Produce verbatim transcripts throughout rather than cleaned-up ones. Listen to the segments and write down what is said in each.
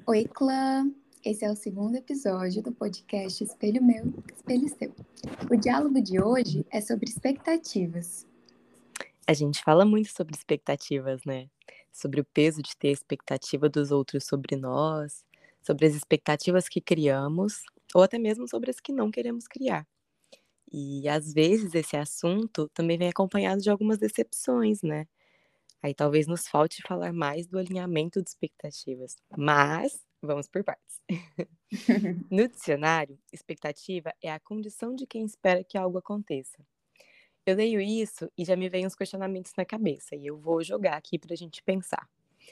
Oi, clã! Esse é o segundo episódio do podcast Espelho Meu, Espelho Seu. O diálogo de hoje é sobre expectativas. A gente fala muito sobre expectativas, né? Sobre o peso de ter expectativa dos outros sobre nós, sobre as expectativas que criamos, ou até mesmo sobre as que não queremos criar. E às vezes esse assunto também vem acompanhado de algumas decepções, né? Aí talvez nos falte falar mais do alinhamento de expectativas. Mas vamos por partes. No dicionário, expectativa é a condição de quem espera que algo aconteça. Eu leio isso e já me vem uns questionamentos na cabeça, e eu vou jogar aqui para a gente pensar.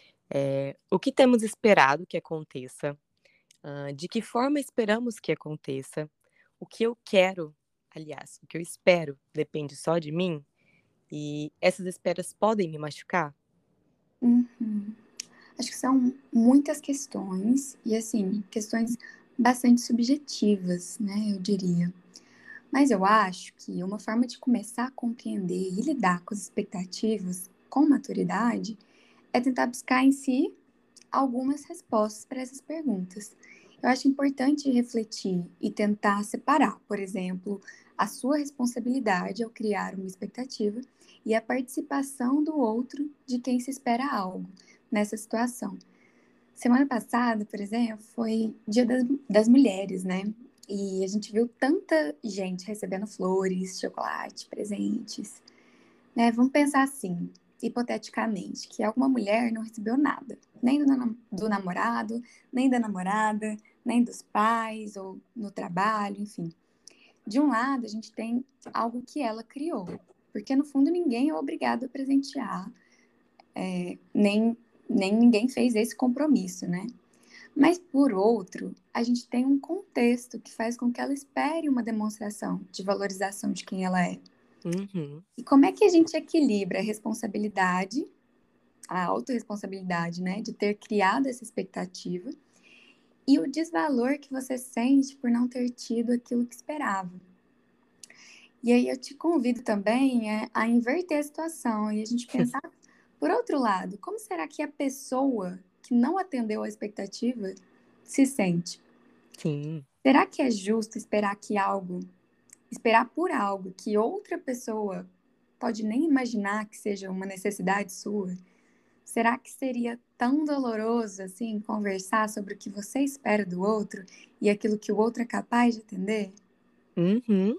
É, o que temos esperado que aconteça? Ah, de que forma esperamos que aconteça? O que eu quero, aliás, o que eu espero depende só de mim? E essas esperas podem me machucar? Uhum. Acho que são muitas questões, e assim, questões bastante subjetivas, né, eu diria. Mas eu acho que uma forma de começar a compreender e lidar com as expectativas com maturidade é tentar buscar em si algumas respostas para essas perguntas. Eu acho importante refletir e tentar separar, por exemplo, a sua responsabilidade ao criar uma expectativa e a participação do outro de quem se espera algo nessa situação. Semana passada, por exemplo, foi Dia das, das Mulheres, né? E a gente viu tanta gente recebendo flores, chocolate, presentes, né? Vamos pensar assim, hipoteticamente, que alguma mulher não recebeu nada, nem do, do namorado, nem da namorada, nem dos pais, ou no trabalho, enfim. De um lado, a gente tem algo que ela criou, porque no fundo ninguém é obrigado a presentear, é, nem, nem ninguém fez esse compromisso, né? Mas, por outro, a gente tem um contexto que faz com que ela espere uma demonstração de valorização de quem ela é. Uhum. E como é que a gente equilibra a responsabilidade, a autorresponsabilidade, né, de ter criado essa expectativa e o desvalor que você sente por não ter tido aquilo que esperava? E aí eu te convido também é, a inverter a situação e a gente pensar, por outro lado, como será que a pessoa que não atendeu a expectativa se sente? Sim. Será que é justo esperar que algo, esperar por algo que outra pessoa pode nem imaginar que seja uma necessidade sua? Será que seria tão doloroso assim conversar sobre o que você espera do outro e aquilo que o outro é capaz de atender? Uhum.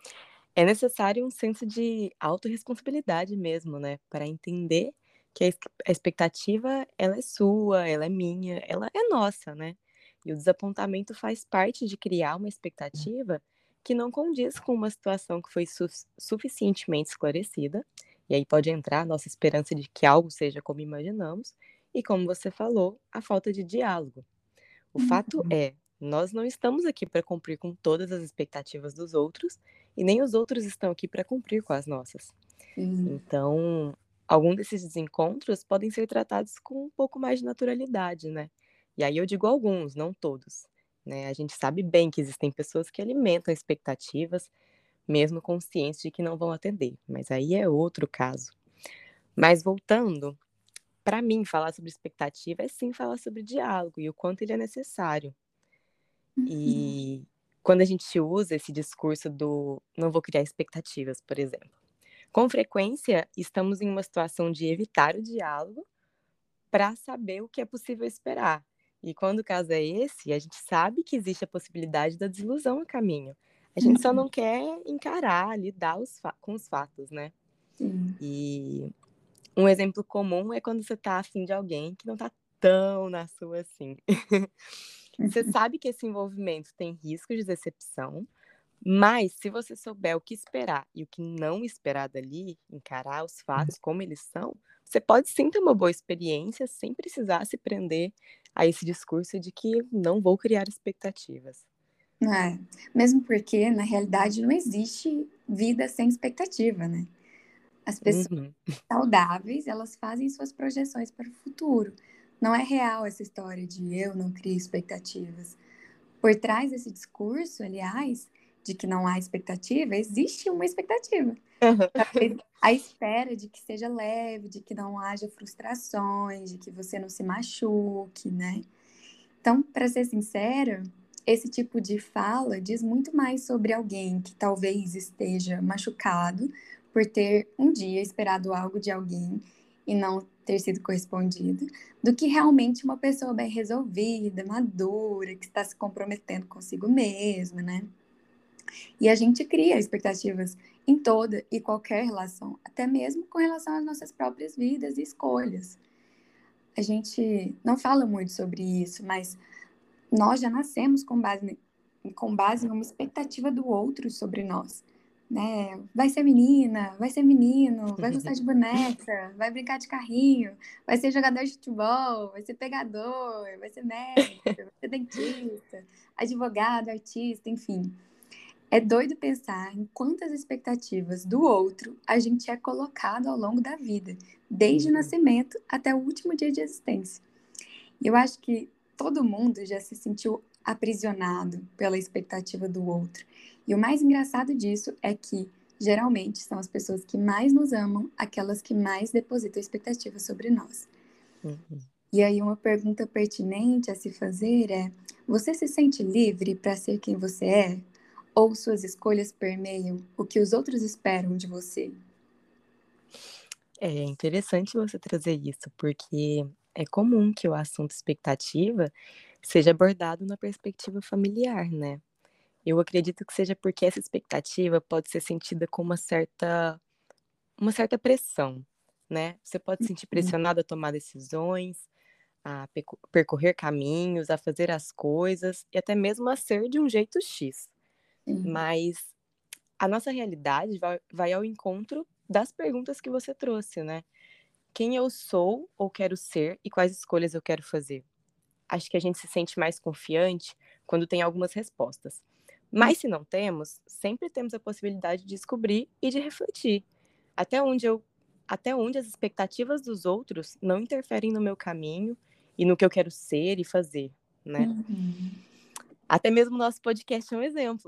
É necessário um senso de autorresponsabilidade mesmo, né? Para entender que a ex- a expectativa, ela é sua, ela é minha, ela é nossa, né? E o desapontamento faz parte de criar uma expectativa que não condiz com uma situação que foi su- suficientemente esclarecida. E aí pode entrar a nossa esperança de que algo seja como imaginamos. E como você falou, a falta de diálogo. O fato Uhum. é, nós não estamos aqui para cumprir com todas as expectativas dos outros e nem os outros estão aqui para cumprir com as nossas. Sim. Então, algum desses desencontros podem ser tratados com um pouco mais de naturalidade, né? E aí eu digo alguns, não todos. Né? A gente sabe bem que existem pessoas que alimentam expectativas, mesmo conscientes de que não vão atender, mas aí é outro caso. Mas voltando, para mim, falar sobre expectativa é sim falar sobre diálogo e o quanto ele é necessário. Uhum. E quando a gente usa esse discurso do não vou criar expectativas, por exemplo, com frequência estamos em uma situação de evitar o diálogo para saber o que é possível esperar. E quando o caso é esse, a gente sabe que existe a possibilidade da desilusão a caminho. A gente só Uhum. não quer encarar, lidar os com os fatos, né? Sim. E um exemplo comum é quando você tá afim de alguém que não tá tão na sua assim. Você Uhum. sabe que esse envolvimento tem risco de decepção, mas se você souber o que esperar e o que não esperar dali, encarar os fatos como eles são, você pode sim ter uma boa experiência sem precisar se prender a esse discurso de que não vou criar expectativas. É. Mesmo porque, na realidade, não existe vida sem expectativa, né? As pessoas Uhum. saudáveis, elas fazem suas projeções para o futuro. Não é real essa história de eu não crio expectativas. Por trás desse discurso, aliás, de que não há expectativa, existe uma expectativa. A espera de que seja leve, de que não haja frustrações, de que você não se machuque, né? Então, para ser sincera, esse tipo de fala diz muito mais sobre alguém que talvez esteja machucado por ter um dia esperado algo de alguém e não ter sido correspondido, do que realmente uma pessoa bem resolvida, madura, que está se comprometendo consigo mesma, né? E a gente cria expectativas em toda e qualquer relação, até mesmo com relação às nossas próprias vidas e escolhas. A gente não fala muito sobre isso, mas nós já nascemos com base, com base em uma expectativa do outro sobre nós. Né? Vai ser menina, vai ser menino, vai gostar de boneca, vai brincar de carrinho, vai ser jogador de futebol, vai ser pegador, vai ser médico, vai ser dentista, advogado, artista, enfim. É doido pensar em quantas expectativas do outro a gente é colocado ao longo da vida, desde o nascimento até o último dia de existência. E eu acho que todo mundo já se sentiu aprisionado pela expectativa do outro. E o mais engraçado disso é que, geralmente, são as pessoas que mais nos amam aquelas que mais depositam expectativas sobre nós. Uhum. E aí, uma pergunta pertinente a se fazer é: você se sente livre para ser quem você é? Ou suas escolhas permeiam o que os outros esperam de você? É interessante você trazer isso, porque é comum que o assunto expectativa seja abordado na perspectiva familiar, né? Eu acredito que seja porque essa expectativa pode ser sentida com uma certa, uma certa pressão, né? Você pode se sentir pressionado a tomar decisões, a peco- percorrer caminhos, a fazer as coisas e até mesmo a ser de um jeito X. Sim. Mas a nossa realidade vai, vai ao encontro das perguntas que você trouxe, né? Quem eu sou ou quero ser e quais escolhas eu quero fazer? Acho que a gente se sente mais confiante quando tem algumas respostas. Mas se não temos, sempre temos a possibilidade de descobrir e de refletir. Até onde eu, até onde as expectativas dos outros não interferem no meu caminho e no que eu quero ser e fazer, né? Uhum. Até mesmo o nosso podcast é um exemplo.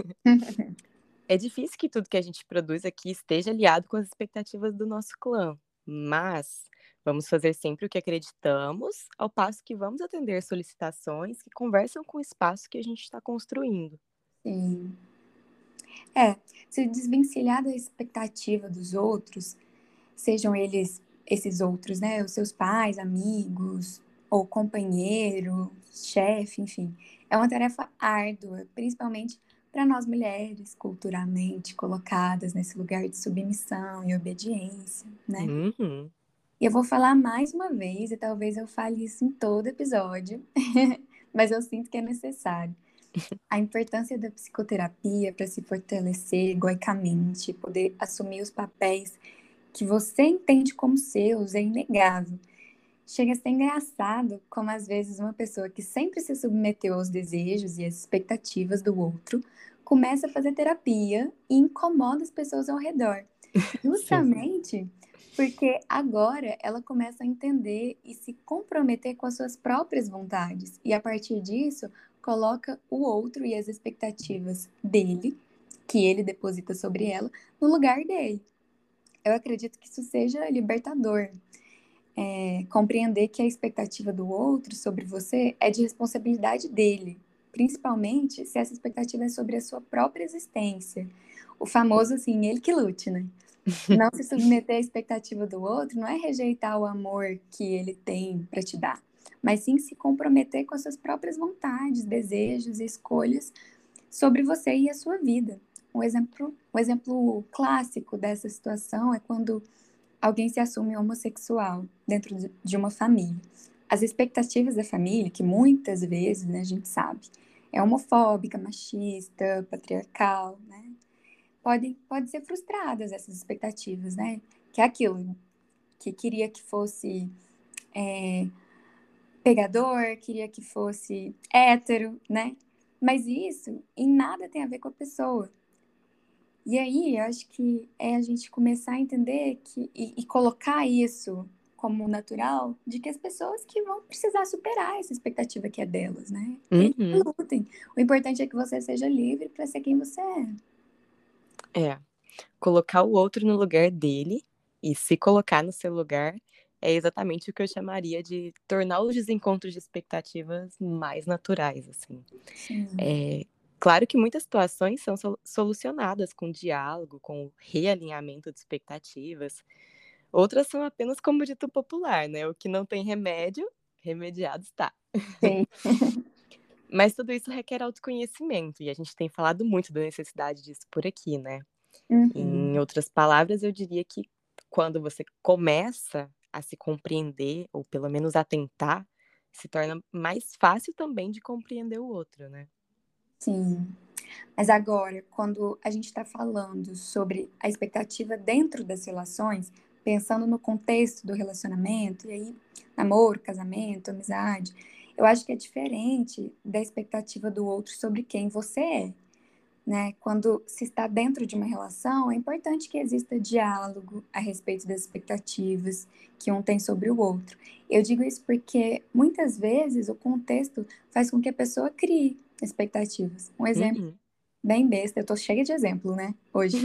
É difícil que tudo que a gente produz aqui esteja alinhado com as expectativas do nosso clã, mas vamos fazer sempre o que acreditamos, ao passo que vamos atender solicitações que conversam com o espaço que a gente está construindo. Sim. É, se desvencilhar da expectativa dos outros, sejam eles esses outros, né? Os seus pais, amigos, ou companheiro, chefe, enfim. É uma tarefa árdua, principalmente para nós mulheres, culturalmente colocadas nesse lugar de submissão e obediência, né? Uhum. E eu vou falar mais uma vez, e talvez eu fale isso em todo episódio, mas eu sinto que é necessário. A importância da psicoterapia para se fortalecer egoicamente, poder assumir os papéis que você entende como seus é inegável. Chega a ser engraçado como às vezes uma pessoa que sempre se submeteu aos desejos e às expectativas do outro começa a fazer terapia e incomoda as pessoas ao redor. Sim. Justamente porque agora ela começa a entender e se comprometer com as suas próprias vontades. E a partir disso, coloca o outro e as expectativas dele, que ele deposita sobre ela, no lugar dele. Eu acredito que isso seja libertador. É, compreender que a expectativa do outro sobre você é de responsabilidade dele, principalmente se essa expectativa é sobre a sua própria existência. O famoso assim, ele que lute, né? Não se submeter à expectativa do outro não é rejeitar o amor que ele tem para te dar, mas sim se comprometer com as suas próprias vontades, desejos e escolhas sobre você e a sua vida. Um exemplo, um exemplo clássico dessa situação é quando alguém se assume homossexual dentro de uma família. As expectativas da família, que muitas vezes, né, a gente sabe, é homofóbica, machista, patriarcal, né? Podem, pode ser frustradas essas expectativas, né? Que é aquilo que queria que fosse é, pegador, queria que fosse hétero, né? Mas isso em nada tem a ver com a pessoa. E aí, eu acho que é a gente começar a entender que, e, e colocar isso como natural, de que as pessoas que vão precisar superar essa expectativa que é delas, né? Eles que Uhum. lutem. O importante é que você seja livre para ser quem você é. É. Colocar o outro no lugar dele e se colocar no seu lugar é exatamente o que eu chamaria de tornar os desencontros de expectativas mais naturais, assim. Sim. É, claro que muitas situações são sol- solucionadas com diálogo, com realinhamento de expectativas. Outras são apenas como dito popular, né? O que não tem remédio, remediado está. Sim. Mas tudo isso requer autoconhecimento, e a gente tem falado muito da necessidade disso por aqui, né? Em Uhum. outras palavras, eu diria que quando você começa a se compreender, ou pelo menos a tentar, se torna mais fácil também de compreender o outro, né? Sim. Mas agora, quando a gente está falando sobre a expectativa dentro das relações, pensando no contexto do relacionamento, e aí, namoro, casamento, amizade, eu acho que é diferente da expectativa do outro sobre quem você é, né? Quando se está dentro de uma relação, é importante que exista diálogo a respeito das expectativas que um tem sobre o outro. Eu digo isso porque muitas vezes o contexto faz com que a pessoa crie expectativas. Um exemplo Uhum. bem besta, eu tô cheia de exemplo, né, hoje.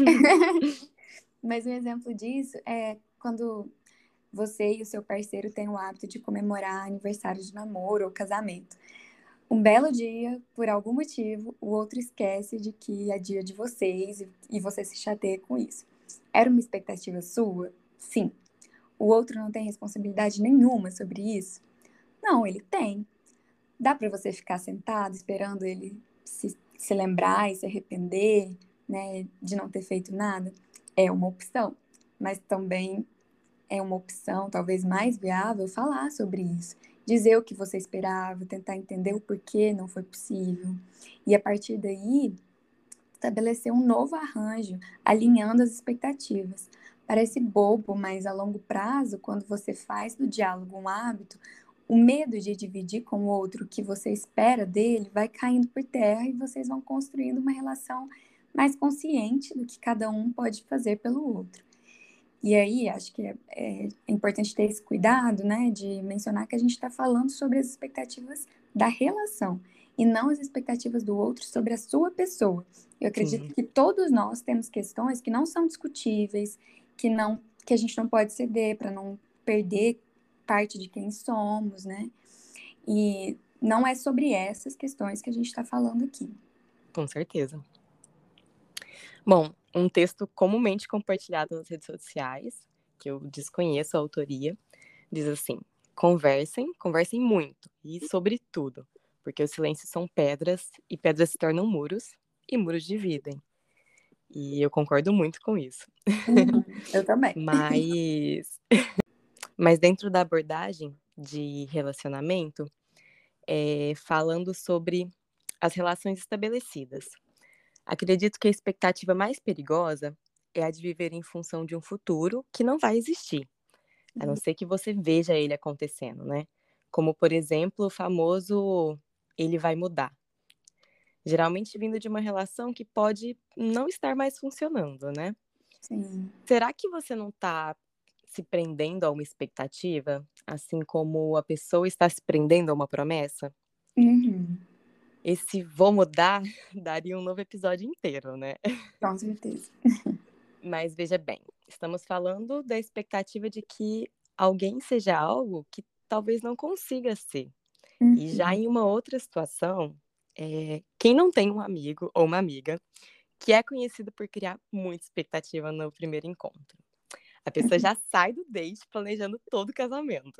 Mas um exemplo disso é quando você e o seu parceiro têm o hábito de comemorar aniversário de namoro ou casamento. Um belo dia, por algum motivo, o outro esquece de que é dia de vocês e, e você se chateia com isso. Era uma expectativa sua? Sim. O outro não tem responsabilidade nenhuma sobre isso? Não, ele tem. Dá para você ficar sentado esperando ele se, se lembrar e se arrepender, né, de não ter feito nada? É uma opção, mas também é uma opção, talvez mais viável, falar sobre isso, dizer o que você esperava, tentar entender o porquê não foi possível. E a partir daí, estabelecer um novo arranjo, alinhando as expectativas. Parece bobo, mas a longo prazo, quando você faz do diálogo um hábito, o medo de dividir com o outro o que você espera dele vai caindo por terra e vocês vão construindo uma relação mais consciente do que cada um pode fazer pelo outro. E aí, acho que é, é importante ter esse cuidado, né, de mencionar que a gente está falando sobre as expectativas da relação e não as expectativas do outro sobre a sua pessoa. Eu acredito Sim, que todos nós temos questões que não são discutíveis, que não, que a gente não pode ceder para não perder parte de quem somos, né? E não é sobre essas questões que a gente está falando aqui. com certeza. Bom, um texto comumente compartilhado nas redes sociais, que eu desconheço a autoria, diz assim: conversem, conversem muito e sobre tudo, porque os silêncios são pedras e pedras se tornam muros e muros dividem. E eu concordo muito com isso. Uhum, eu também. Mas, mas dentro da abordagem de relacionamento, é, falando sobre as relações estabelecidas. Acredito que a expectativa mais perigosa é a de viver em função de um futuro que não vai existir, a não ser que você veja ele acontecendo, né? Como, por exemplo, o famoso ele vai mudar. Geralmente vindo de uma relação que pode não estar mais funcionando, né? Sim. Será que você não está se prendendo a uma expectativa, assim como a pessoa está se prendendo a uma promessa? Uhum, Esse vou mudar daria um novo episódio inteiro, né? com certeza. Mas veja bem, estamos falando da expectativa de que alguém seja algo que talvez não consiga ser. E já Uhum. em uma outra situação, é, quem não tem um amigo ou uma amiga que é conhecido por criar muita expectativa no primeiro encontro. A pessoa já sai do date planejando todo o casamento.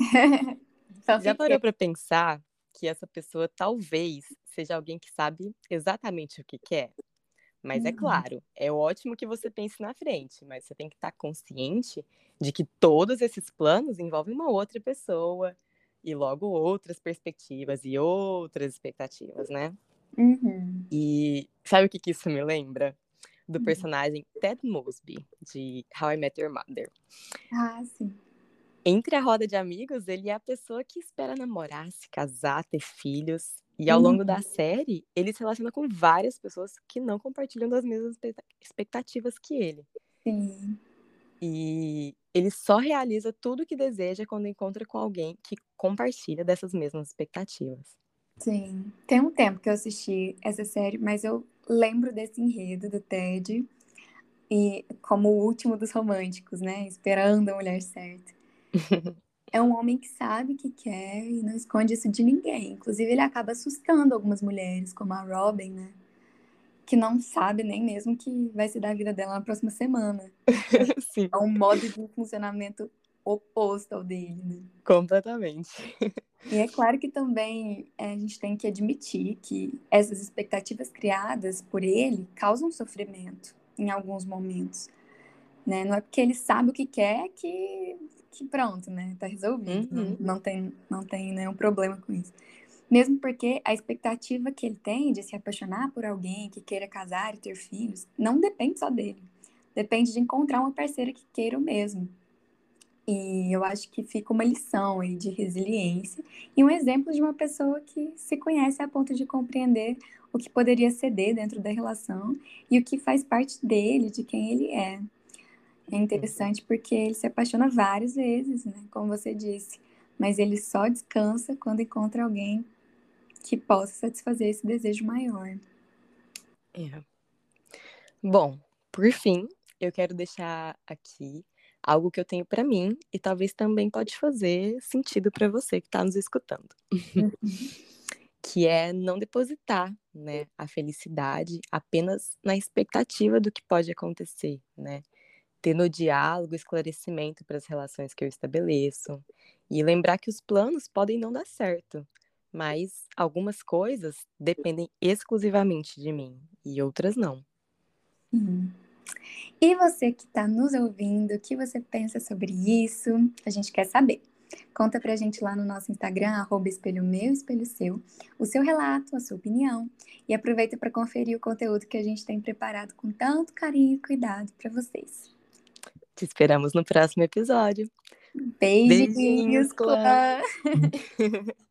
Só Já fiquei. parou para pensar que essa pessoa talvez seja alguém que sabe exatamente o que quer? Mas é Uhum. claro, é ótimo que você pense na frente, mas você tem que estar consciente de que todos esses planos envolvem uma outra pessoa e logo outras perspectivas e outras expectativas, né? Uhum. E sabe o que que isso me lembra? Do personagem Ted Mosby, de How I Met Your Mother. Ah, sim. Entre a roda de amigos, ele é a pessoa que espera namorar, se casar, ter filhos. E ao Uhum. longo da série, ele se relaciona com várias pessoas que não compartilham das mesmas expectativas que ele. Sim, E ele só realiza tudo o que deseja quando encontra com alguém que compartilha dessas mesmas expectativas. sim. Tem um tempo que eu assisti essa série, mas eu lembro desse enredo do Ted e como o último dos românticos, né? Esperando a mulher certa. É um homem que sabe o que quer e não esconde isso de ninguém. Inclusive, ele acaba assustando algumas mulheres, como a Robin, né? Que não sabe nem mesmo que vai se dar a vida dela na próxima semana. Sim, É um modo de funcionamento oposto ao dele, né? completamente. E é claro que também é, a gente tem que admitir que essas expectativas criadas por ele causam sofrimento em alguns momentos, né? Não é porque ele sabe o que quer que, que pronto, né? Tá resolvido, não, Uhum, não tem, não tem nenhum problema com isso. Mesmo porque a expectativa que ele tem de se apaixonar por alguém que queira casar e ter filhos não depende só dele. Depende de encontrar uma parceira que queira o mesmo. E eu acho que fica uma lição aí de resiliência e um exemplo de uma pessoa que se conhece a ponto de compreender o que poderia ceder dentro da relação e o que faz parte dele, de quem ele é. É uhum. interessante porque ele se apaixona várias vezes, né? Como você disse, mas ele só descansa quando encontra alguém que possa satisfazer esse desejo maior. É. Bom, por fim, eu quero deixar aqui algo que eu tenho pra mim e talvez também pode fazer sentido pra você que está nos escutando, Uhum. que é não depositar, né, a felicidade apenas na expectativa do que pode acontecer, né? Ter no diálogo esclarecimento para as relações que eu estabeleço e lembrar que os planos podem não dar certo, mas algumas coisas dependem exclusivamente de mim e outras não. Sim. E você que está nos ouvindo, o que você pensa sobre isso? A gente quer saber. Conta pra gente lá no nosso Instagram, arroba espelho meu, espelho seu, o seu relato, a sua opinião. E aproveita para conferir o conteúdo que a gente tem preparado com tanto carinho e cuidado para vocês. Te esperamos no próximo episódio. Beijinhos, Beijinhos, clã! clã!